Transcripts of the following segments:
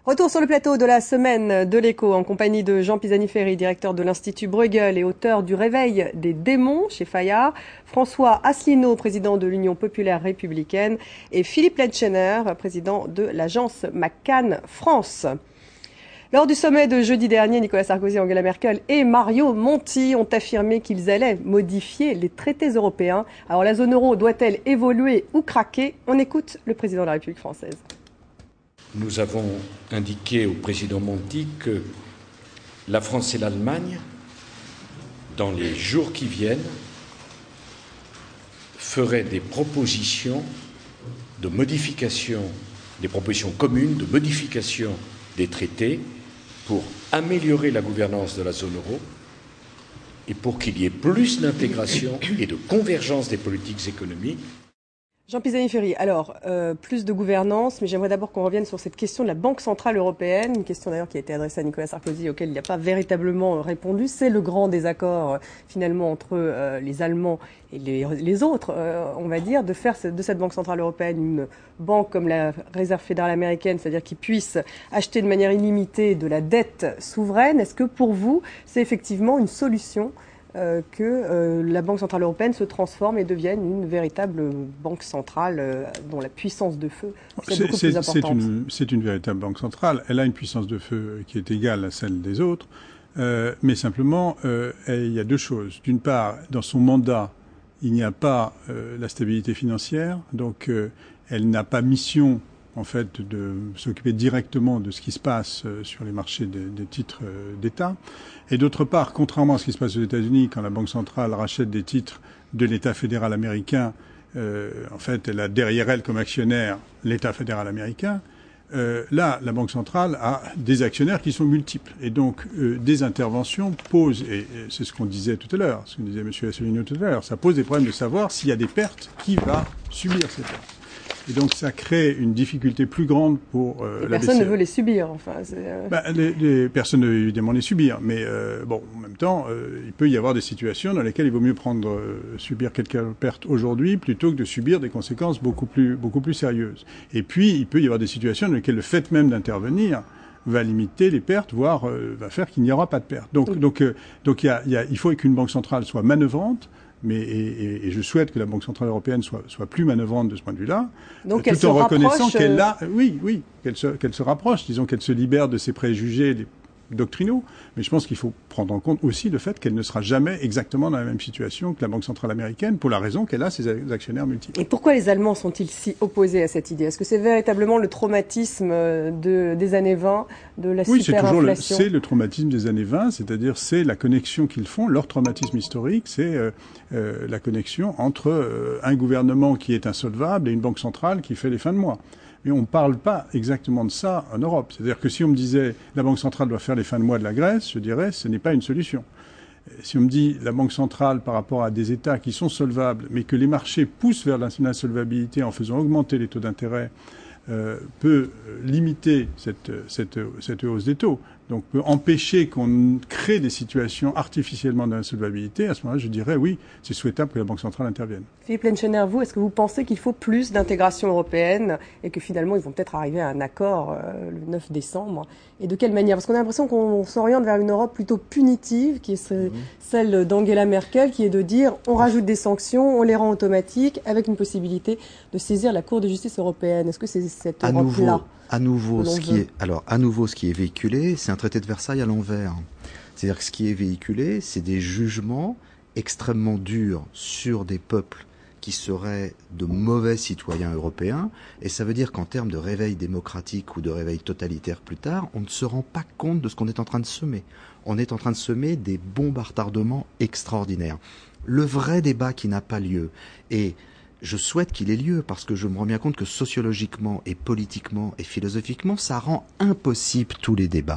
Retour sur le plateau de la semaine de l'Écho en compagnie de Jean Pisani-Ferry, directeur de l'Institut Bruegel et auteur du Réveil des démons chez Fayard, François Asselineau, président de l'Union populaire républicaine et Philippe Lenschener, président de l'agence McCann France. Lors du sommet de jeudi dernier, Nicolas Sarkozy, Angela Merkel et Mario Monti ont affirmé qu'ils allaient modifier les traités européens. Alors la zone euro doit-elle évoluer ou craquer? On écoute le président de la République française. Nous avons indiqué au président Monti que la France et l'Allemagne, dans les jours qui viennent, feraient des propositions de modification, des propositions communes de modification des traités pour améliorer la gouvernance de la zone euro et pour qu'il y ait plus d'intégration et de convergence des politiques économiques. Jean Pisani-Ferry, alors, plus de gouvernance, mais j'aimerais d'abord qu'on revienne sur cette question de la Banque Centrale Européenne, une question d'ailleurs qui a été adressée à Nicolas Sarkozy, auquel il n'a pas véritablement répondu. C'est le grand désaccord, finalement, entre les Allemands et les autres, on va dire, de faire de cette Banque Centrale Européenne une banque comme la Réserve fédérale américaine, c'est-à-dire qui puisse acheter de manière illimitée de la dette souveraine. Est-ce que pour vous, c'est effectivement une solution que la Banque Centrale Européenne se transforme et devienne une véritable banque centrale dont la puissance de feu est beaucoup plus importante? C'est une véritable banque centrale. Elle a une puissance de feu qui est égale à celle des autres. Mais simplement, il y a deux choses. D'une part, dans son mandat, il n'y a pas la stabilité financière. Donc, elle n'a pas mission en fait, de s'occuper directement de ce qui se passe sur les marchés des titres d'État. Et d'autre part, contrairement à ce qui se passe aux États-Unis, quand la Banque centrale rachète des titres de l'État fédéral américain, en fait, elle a derrière elle comme actionnaire l'État fédéral américain. Là, la Banque centrale a des actionnaires qui sont multiples. Et donc, des interventions posent, et c'est ce qu'on disait tout à l'heure, ce que disait M. Asselineau tout à l'heure, ça pose des problèmes de savoir s'il y a des pertes, qui va subir ces pertes. Et donc, ça crée une difficulté plus grande pour la BCE. Personne ne veut les subir, enfin. Les personnes ne veulent évidemment les subir, mais en même temps, il peut y avoir des situations dans lesquelles il vaut mieux subir quelques pertes aujourd'hui plutôt que de subir des conséquences beaucoup plus sérieuses. Et puis, il peut y avoir des situations dans lesquelles le fait même d'intervenir va limiter les pertes, voire va faire qu'il n'y aura pas de pertes. Donc, il faut qu'une banque centrale soit manœuvrante. Et je souhaite que la Banque Centrale Européenne soit plus manœuvrante de ce point de vue-là, donc tout en reconnaissant qu'elle se rapproche, disons qu'elle se libère de ses préjugés doctrinaux. Mais je pense qu'il faut prendre en compte aussi le fait qu'elle ne sera jamais exactement dans la même situation que la Banque Centrale Américaine, pour la raison qu'elle a ses actionnaires multiples. Et pourquoi les Allemands sont-ils si opposés à cette idée? Est-ce que c'est véritablement le traumatisme des années 20, de la superinflation? C'est le traumatisme des années 20, c'est-à-dire c'est la connexion qu'ils font, leur traumatisme historique, c'est la connexion entre un gouvernement qui est insolvable et une banque centrale qui fait les fins de mois. Mais on ne parle pas exactement de ça en Europe. C'est-à-dire que si on me disait la Banque centrale doit faire les fins de mois de la Grèce, je dirais ce n'est pas une solution. Si on me dit la Banque centrale par rapport à des États qui sont solvables, mais que les marchés poussent vers l'insolvabilité en faisant augmenter les taux d'intérêt, peut limiter cette hausse des taux, donc peut empêcher qu'on crée des situations artificiellement d'insolvabilité, à ce moment-là, je dirais oui, c'est souhaitable que la Banque centrale intervienne. Philippe Lenschener, vous, est-ce que vous pensez qu'il faut plus d'intégration européenne et que finalement, ils vont peut-être arriver à un accord le 9 décembre? Et de quelle manière? Parce qu'on a l'impression qu'on s'oriente vers une Europe plutôt punitive, qui est celle d'Angela Merkel, qui est de dire on rajoute des sanctions, on les rend automatiques, avec une possibilité de saisir la Cour de justice européenne. Est-ce que c'est cette Europe-là? À nouveau, ce qui est véhiculé, c'est un traité de Versailles à l'envers. C'est-à-dire que ce qui est véhiculé, c'est des jugements extrêmement durs sur des peuples qui seraient de mauvais citoyens européens. Et ça veut dire qu'en termes de réveil démocratique ou de réveil totalitaire plus tard, on ne se rend pas compte de ce qu'on est en train de semer. On est en train de semer des bombes à retardement extraordinaires. Le vrai débat qui n'a pas lieu, et je souhaite qu'il ait lieu parce que je me rends bien compte que sociologiquement et politiquement et philosophiquement, ça rend impossible tous les débats.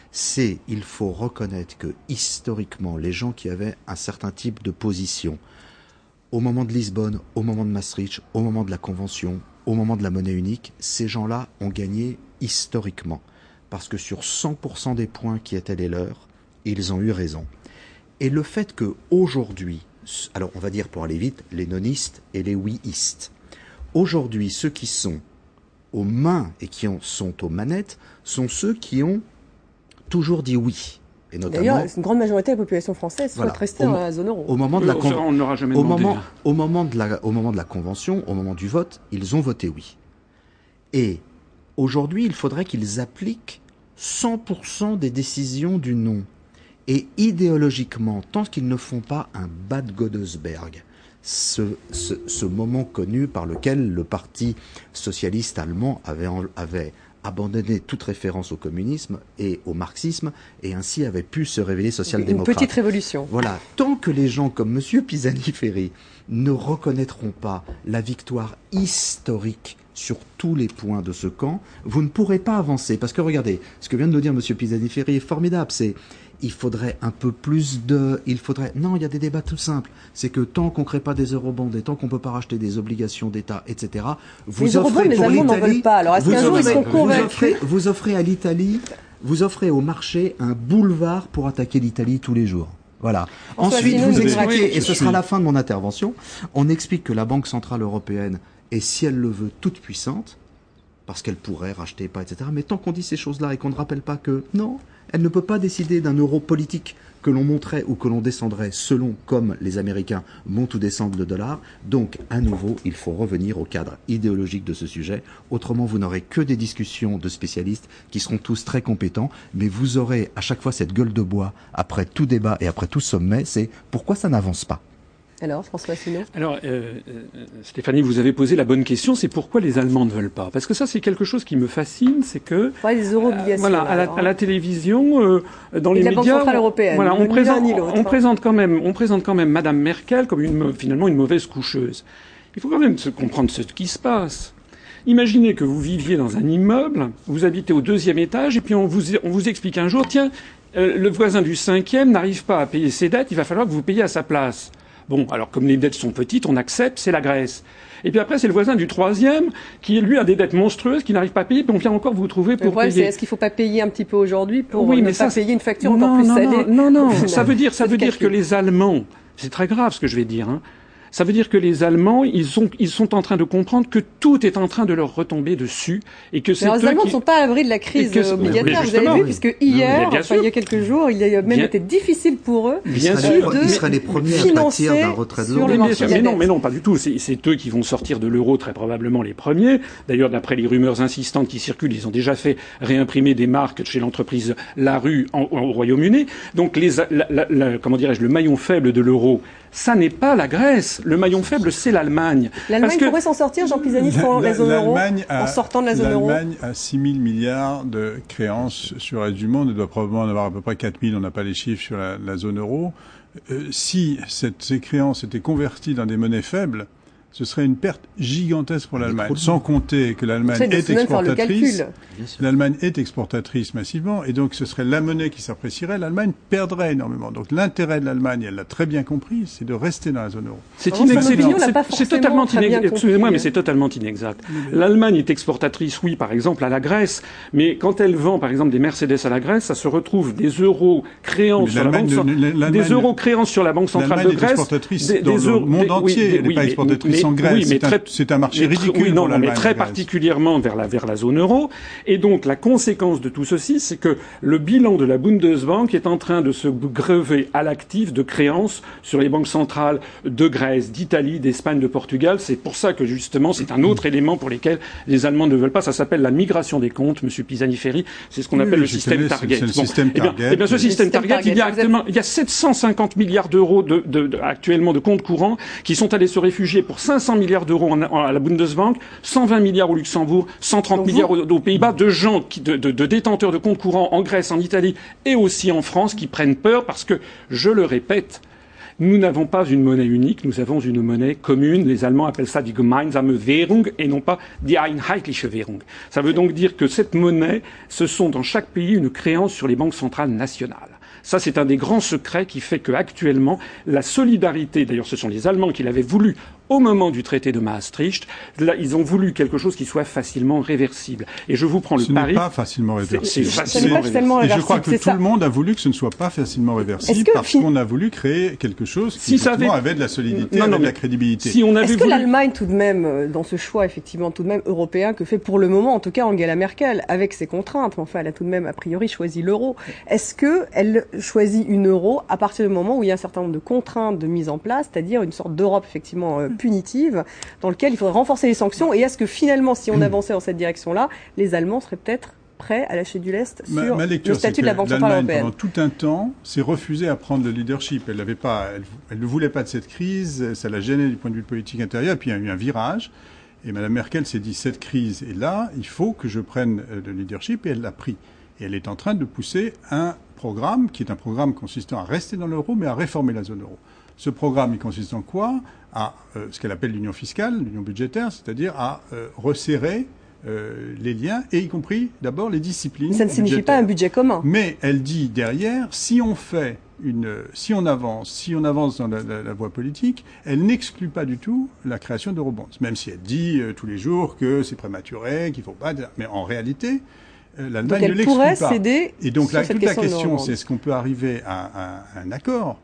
Il faut reconnaître que historiquement, les gens qui avaient un certain type de position, au moment de Lisbonne, au moment de Maastricht, au moment de la Convention, au moment de la monnaie unique, ces gens-là ont gagné historiquement. Parce que sur 100% des points qui étaient les leurs, ils ont eu raison. Et le fait qu'aujourd'hui, alors on va dire pour aller vite, les nonistes et les ouiistes, aujourd'hui ceux qui sont aux mains et sont aux manettes sont ceux qui ont toujours dit oui. Et notamment, d'ailleurs, une grande majorité de la population française souhaite rester dans la zone euro. Au moment de la on ne l'aura jamais demandé. Au moment de la convention, au moment du vote, ils ont voté oui. Et aujourd'hui, il faudrait qu'ils appliquent 100% des décisions du non. Et idéologiquement, tant qu'ils ne font pas un Bad Godesberg, ce moment connu par lequel le parti socialiste allemand avait abandonné toute référence au communisme et au marxisme et ainsi avait pu se révéler social-démocrate. Une petite révolution. Voilà. Tant que les gens comme M. Pisani-Ferry ne reconnaîtront pas la victoire historique sur tous les points de ce camp, vous ne pourrez pas avancer. Parce que regardez, ce que vient de nous dire M. Pisani-Ferry est formidable. Il faudrait un peu plus Non, il y a des débats tout simples. C'est que tant qu'on ne crée pas des eurobonds et tant qu'on ne peut pas racheter des obligations d'État, etc., les eurobonds, les Allemands n'en veulent pas. Alors, est-ce qu'un jour, ils seront convaincus? Vous offrez à l'Italie, vous offrez au marché un boulevard pour attaquer l'Italie tous les jours. Voilà. Ensuite, vous expliquez, et ce sera la fin de mon intervention, on explique que la Banque Centrale Européenne est, si elle le veut, toute puissante, parce qu'elle pourrait racheter pas, etc. Mais tant qu'on dit ces choses-là et qu'on ne rappelle pas que, non, elle ne peut pas décider d'un euro politique que l'on monterait ou que l'on descendrait selon comme les Américains montent ou descendent le dollar. Donc, à nouveau, il faut revenir au cadre idéologique de ce sujet. Autrement, vous n'aurez que des discussions de spécialistes qui seront tous très compétents, mais vous aurez à chaque fois cette gueule de bois après tout débat et après tout sommet, c'est pourquoi ça n'avance pas. Alors, François Asselineau. Alors, Stéphanie, vous avez posé la bonne question, c'est pourquoi les Allemands ne veulent pas. Parce que ça, c'est quelque chose qui me fascine, c'est que... les euro-obligations. Voilà, à la télévision, dans les médias... La Banque Centrale Européenne. Voilà, on présente quand même Madame Merkel comme finalement une mauvaise coucheuse. Il faut quand même comprendre ce qui se passe. Imaginez que vous viviez dans un immeuble, vous habitez au 2e étage, et puis on vous explique un jour, tiens, le voisin du 5e n'arrive pas à payer ses dettes, il va falloir que vous payiez à sa place. Bon, alors comme les dettes sont petites, on accepte, c'est la Grèce. Et puis après, c'est le voisin du 3e qui, lui, a des dettes monstrueuses, qui n'arrive pas à payer, puis on vient encore vous trouver pour payer. Est-ce qu'il ne faut pas payer un petit peu aujourd'hui pour ne pas payer une facture encore plus salée? Non. Ça veut dire que les Allemands, c'est très grave ce que je vais dire, hein. Ça veut dire que les Allemands, ils sont en train de comprendre que tout est en train de leur retomber dessus et que c'est eux qui... Les Allemands ne sont pas à l'abri de la crise obligataire. Vous avez vu, puisque hier, il y a quelques jours, il a même été difficile pour eux ils seraient les premiers à pâtir d'un retrait de l'euro. Mais non, pas du tout. C'est eux qui vont sortir de l'euro très probablement les premiers. D'ailleurs, d'après les rumeurs insistantes qui circulent, ils ont déjà fait réimprimer des marques chez l'entreprise Larue au Royaume-Uni. Donc, le maillon faible de l'euro, ça n'est pas la Grèce. Le maillon faible, c'est l'Allemagne. L'Allemagne pourrait s'en sortir, Jean Pisani, sans la zone euro, en sortant de la zone euro. L'Allemagne a 6 000 milliards de créances sur le reste du monde. Elle doit probablement en avoir à peu près 4 000. On n'a pas les chiffres sur la zone euro. Si ces créances étaient converties dans des monnaies faibles, ce serait une perte gigantesque pour l'Allemagne. Sans compter que l'Allemagne est exportatrice. L'Allemagne est exportatrice massivement, et donc ce serait la monnaie qui s'apprécierait. L'Allemagne perdrait énormément. Donc l'intérêt de l'Allemagne, elle l'a très bien compris, c'est de rester dans la zone euro. C'est totalement inexact. Excusez-moi, mais c'est totalement inexact. L'Allemagne est exportatrice, oui, par exemple, à la Grèce, mais quand elle vend, par exemple, des Mercedes à la Grèce, ça se retrouve des euros créants sur la banque centrale de Grèce. L'Allemagne est exportatrice dans le monde entier. Elle n'est pas exportatrice en Grèce. C'est un marché ridicule pour l'Allemagne. Mais très particulièrement vers la zone euro. Et donc, la conséquence de tout ceci, c'est que le bilan de la Bundesbank est en train de se grever à l'actif de créances sur les banques centrales de Grèce, d'Italie, d'Espagne, de Portugal. C'est pour ça que, justement, c'est un autre élément pour lequel les Allemands ne veulent pas. Ça s'appelle la migration des comptes, Monsieur Pisani-Ferry. C'est ce qu'on appelle le système Target. C'est le système Target. Eh bien, ce système Target, il y a 750 milliards d'euros actuellement de comptes courants qui sont allés se réfugier pour 500 milliards d'euros à la Bundesbank, 120 milliards au Luxembourg, 130 milliards aux Pays-Bas, de gens, de détenteurs de comptes courants en Grèce, en Italie et aussi en France qui prennent peur parce que, je le répète, nous n'avons pas une monnaie unique, nous avons une monnaie commune. Les Allemands appellent ça die gemeinsame Währung et non pas die einheitliche Währung. Ça veut donc dire que cette monnaie, ce sont dans chaque pays une créance sur les banques centrales nationales. Ça, c'est un des grands secrets qui fait qu'actuellement, la solidarité, d'ailleurs ce sont les Allemands qui l'avaient voulu au moment du traité de Maastricht, là, ils ont voulu quelque chose qui soit facilement réversible. Et je vous prends le pari. Ce n'est pas facilement réversible. C'est facilement réversible. Et je crois que tout le monde a voulu que ce ne soit pas facilement réversible parce qu'on a voulu créer quelque chose qui avait de la solidité, avait de la crédibilité. Si on avait Est-ce que l'Allemagne, tout de même, dans ce choix, effectivement, tout de même européen, que fait pour le moment, en tout cas, Angela Merkel, avec ses contraintes, mais enfin, elle a tout de même, a priori, choisi l'euro. Est-ce qu'elle choisit une euro à partir du moment où il y a un certain nombre de contraintes de mise en place, c'est-à-dire une sorte d'Europe, effectivement, punitive, dans lequel il faudrait renforcer les sanctions, et est-ce que finalement, si on avançait dans cette direction-là, les Allemands seraient peut-être prêts à lâcher du lest sur le statut de la Banque centrale européenne? Pendant tout un temps, s'est refusée à prendre le leadership. Elle ne voulait pas de cette crise, ça la gênait du point de vue politique intérieur, et puis il y a eu un virage, et Mme Merkel s'est dit, cette crise est là, il faut que je prenne le leadership, et elle l'a pris. Et elle est en train de pousser un programme, qui est un programme consistant à rester dans l'euro, mais à réformer la zone euro. Ce programme, il consiste en quoi? À ce qu'elle appelle l'union fiscale, l'union budgétaire, c'est-à-dire à resserrer les liens, et y compris d'abord les disciplines. Ça ne signifie pas un budget commun. Mais elle dit derrière, si on avance dans la voie politique, elle n'exclut pas du tout la création d'eurobonds. Même si elle dit tous les jours que c'est prématuré, qu'il ne faut pas. Mais en réalité, l'Allemagne ne l'exclut pas. Céder. Et donc là, toute la question, c'est est-ce qu'on peut arriver à un accord,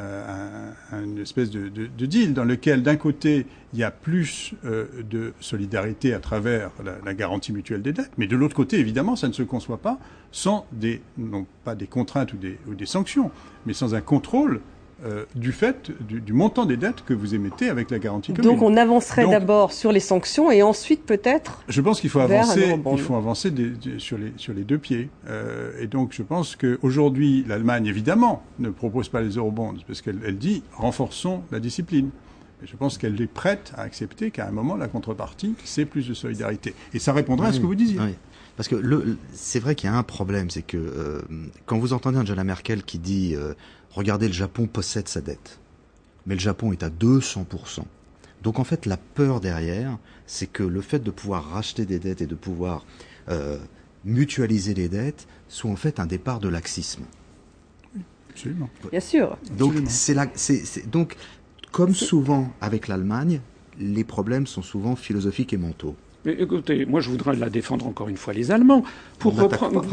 une espèce de deal dans lequel, d'un côté, il y a plus de solidarité à travers la garantie mutuelle des dettes, mais de l'autre côté, évidemment, ça ne se conçoit pas sans non pas des contraintes ou des sanctions, mais sans un contrôle du fait du montant des dettes que vous émettez avec la garantie commune. Donc on avancerait d'abord sur les sanctions et ensuite peut-être. Je pense qu'il faut avancer. Il faut avancer sur les deux pieds. Et donc je pense qu'aujourd'hui l'Allemagne évidemment ne propose pas les eurobonds parce qu'elle dit renforçons la discipline. Et je pense qu'elle est prête à accepter qu'à un moment la contrepartie c'est plus de solidarité. Et ça répondra à ce que vous disiez. Oui. Parce que c'est vrai qu'il y a un problème, c'est que quand vous entendez Angela Merkel qui dit regardez, le Japon possède sa dette, mais le Japon est à 200%. Donc en fait, la peur derrière, c'est que le fait de pouvoir racheter des dettes et de pouvoir mutualiser les dettes soit en fait un départ de laxisme. Oui, absolument. Bien sûr. Donc donc comme souvent avec l'Allemagne, les problèmes sont souvent philosophiques et mentaux. Mais écoutez, moi je voudrais la défendre encore une fois les Allemands pour reprendre.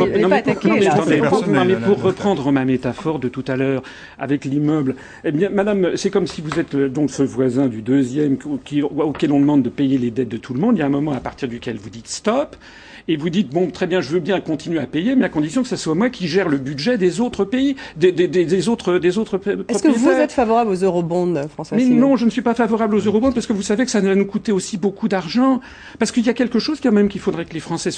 Pour reprendre ma métaphore de tout à l'heure avec l'immeuble. Eh bien, Madame, c'est comme si vous êtes donc ce voisin du deuxième auquel on demande de payer les dettes de tout le monde. Il y a un moment à partir duquel vous dites stop. Et vous dites, bon, très bien, je veux bien continuer à payer, mais à condition que ce soit moi qui gère le budget des autres pays, des autres propriétaires. Est-ce que vous êtes favorable aux eurobonds, François Fillon ? Mais non, je ne suis pas favorable aux eurobonds parce que vous savez que ça va nous coûter aussi beaucoup d'argent. Parce qu'il y a quelque chose quand même qu'il faudrait que les Français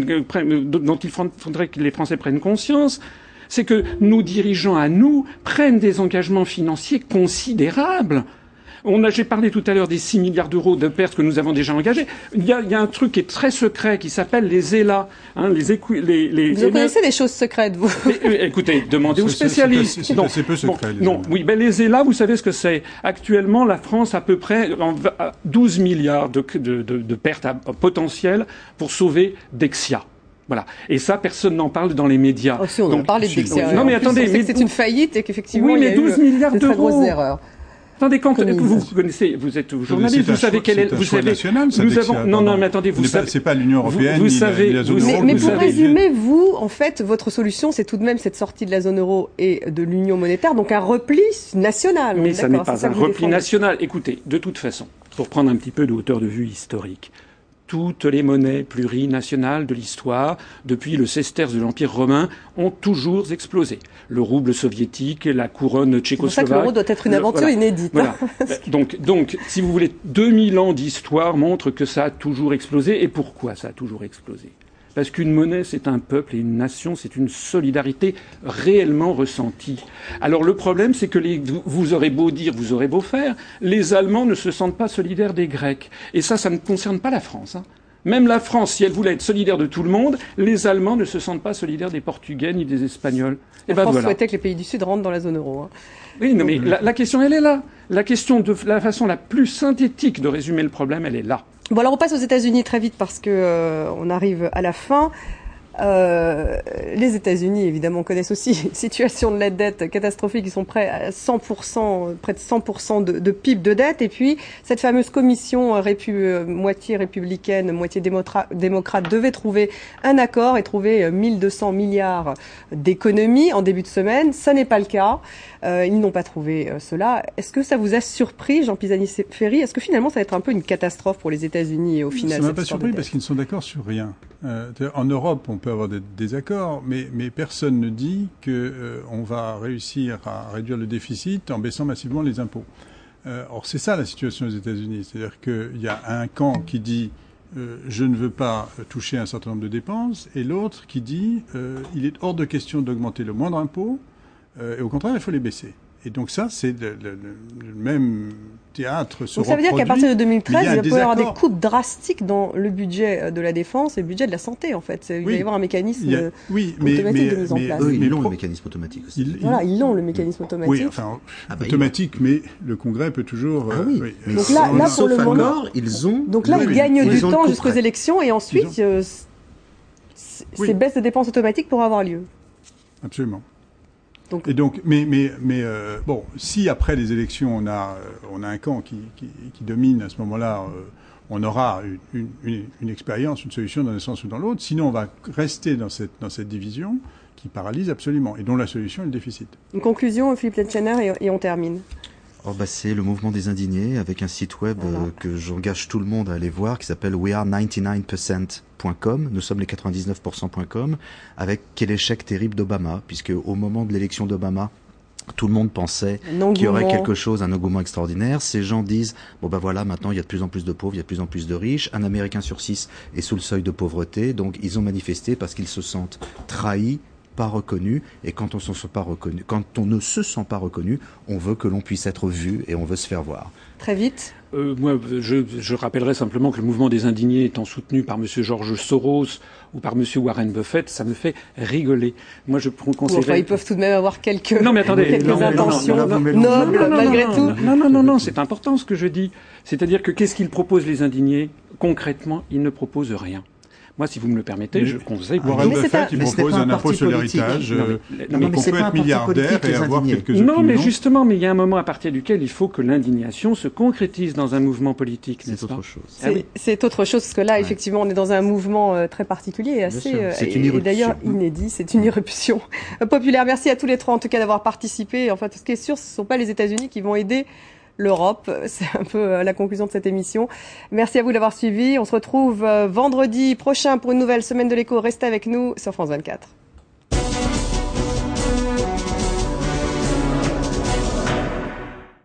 dont il faudrait que les Français prennent conscience. C'est que nos dirigeants à nous prennent des engagements financiers considérables. J'ai parlé tout à l'heure des 6 milliards d'euros de pertes que nous avons déjà engagés. Il y a un truc qui est très secret qui s'appelle les ELA. Vous connaissez des choses secrètes, vous. Écoutez, demandez aux spécialistes. C'est peu secret. Les ELA, vous savez ce que c'est. Actuellement, la France a à peu près 12 milliards de pertes potentielles pour sauver Dexia. Voilà. Et ça, personne n'en parle dans les médias. Oh, si, on en parlait de Dexia. Non, mais attendez. C'est une faillite et qu'effectivement, il y a 12 milliards d'euros. Très grosses erreurs. Attendez, quand vous connaissez, vous êtes journaliste, vous savez quelle est, vous savez, national, nous avons, non, mais attendez, vous savez, c'est pas l'Union européenne, vous savez, la zone euro. Mais pour résumer, vous, en fait, votre solution, c'est tout de même cette sortie de la zone euro et de l'Union monétaire, donc un repli national. Mais ça n'est pas un repli national. Écoutez, de toute façon, pour prendre un petit peu de hauteur de vue historique, toutes les monnaies plurinationales de l'histoire, depuis le sesterce de l'Empire romain, ont toujours explosé. Le rouble soviétique, la couronne tchécoslovaque. C'est pour ça que l'euro doit être une aventure inédite. Voilà. Donc, si vous voulez, 2000 ans d'histoire montrent que ça a toujours explosé. Et pourquoi ça a toujours explosé ? Parce qu'une monnaie, c'est un peuple, et une nation, c'est une solidarité réellement ressentie. Alors le problème, c'est que vous aurez beau dire, vous aurez beau faire, les Allemands ne se sentent pas solidaires des Grecs. Et ça ne concerne pas la France. Même la France, si elle voulait être solidaire de tout le monde, les Allemands ne se sentent pas solidaires des Portugais ni des Espagnols. La France souhaitait que les pays du Sud rentrent dans la zone euro. Oui, non, mais la question, elle est là. La question de la façon la plus synthétique de résumer le problème, elle est là. Bon, alors on passe aux États-Unis très vite parce que on arrive à la fin. Les États-Unis, évidemment, connaissent aussi une situation de la dette catastrophique. Ils sont près de 100% de PIB de dette. Et puis, cette fameuse commission moitié républicaine, moitié démocrate devait trouver un accord et trouver 1200 milliards d'économies en début de semaine. Ça n'est pas le cas. Ils n'ont pas trouvé cela. Est-ce que ça vous a surpris, Jean Pisani-Ferry? Est-ce que finalement, ça va être un peu une catastrophe pour les États-Unis au final? Ça m'a pas surpris parce qu'ils ne sont d'accord sur rien. En Europe, on peut avoir des désaccords, mais personne ne dit on va réussir à réduire le déficit en baissant massivement les impôts. Or, c'est ça la situation aux États-Unis. C'est-à-dire qu'il y a un camp qui dit je ne veux pas toucher un certain nombre de dépenses, et l'autre qui dit il est hors de question d'augmenter le moindre impôt, et au contraire, il faut les baisser. Et donc ça, c'est le même théâtre se reproduit. Donc ça veut dire qu'à partir de 2013, il va y avoir des coupes drastiques dans le budget de la défense et le budget de la santé, en fait. Il va y avoir un mécanisme automatique de mise en place. Eux, ils l'ont, le mécanisme automatique aussi. Voilà, ils l'ont, le mécanisme automatique. Oui, enfin, automatique, mais le Congrès peut toujours... Donc là, pour le moment, ils ont... Donc là, ils gagnent du temps jusqu'aux élections et ensuite, ces baisses de dépenses automatiques pourront avoir lieu. Absolument. Et donc, bon, si après les élections on a un camp qui domine, à ce moment-là, on aura une expérience, une solution dans un sens ou dans l'autre. Sinon, on va rester dans cette division qui paralyse absolument et dont la solution est le déficit. Une conclusion, Philippe Letchener, et on termine. C'est le mouvement des indignés avec un site web que j'engage tout le monde à aller voir qui s'appelle weare99%.com. Nous sommes les 99%.com, avec quel échec terrible d'Obama, puisque au moment de l'élection d'Obama, tout le monde pensait qu'il y aurait quelque chose, un engouement extraordinaire. Ces gens disent, maintenant il y a de plus en plus de pauvres, il y a de plus en plus de riches. Un Américain sur 6 est sous le seuil de pauvreté, donc ils ont manifesté parce qu'ils se sentent trahis, pas reconnu, et quand on ne se sent pas reconnu, on veut que l'on puisse être vu et on veut se faire voir. Très vite. Moi, je rappellerai simplement que le mouvement des indignés étant soutenu par M. George Soros ou par M. Warren Buffett, ça me fait rigoler. Moi, je conseillerais... ils peuvent tout de même avoir quelques intentions nobles, malgré tout. Non, c'est important ce que je dis. C'est-à-dire que qu'est-ce qu'ils proposent, les indignés? Concrètement, ils ne proposent rien. Moi, si vous me le permettez, je conseille... Warren Buffett, il propose un impôt sur l'héritage. On peut être milliardaire et avoir quelques opinions. Non, mais justement, il y a un moment à partir duquel il faut que l'indignation se concrétise dans un mouvement politique, n'est-ce pas? C'est autre chose. C'est autre chose, parce que là, effectivement, on est dans un mouvement très particulier et et d'ailleurs inédit. C'est une irruption populaire. Merci à tous les trois, en tout cas, d'avoir participé. Enfin, ce qui est sûr, ce ne sont pas les États-Unis qui vont aider l'Europe. C'est un peu la conclusion de cette émission. Merci à vous d'avoir suivi. On se retrouve vendredi prochain pour une nouvelle semaine de l'écho. Restez avec nous sur France 24.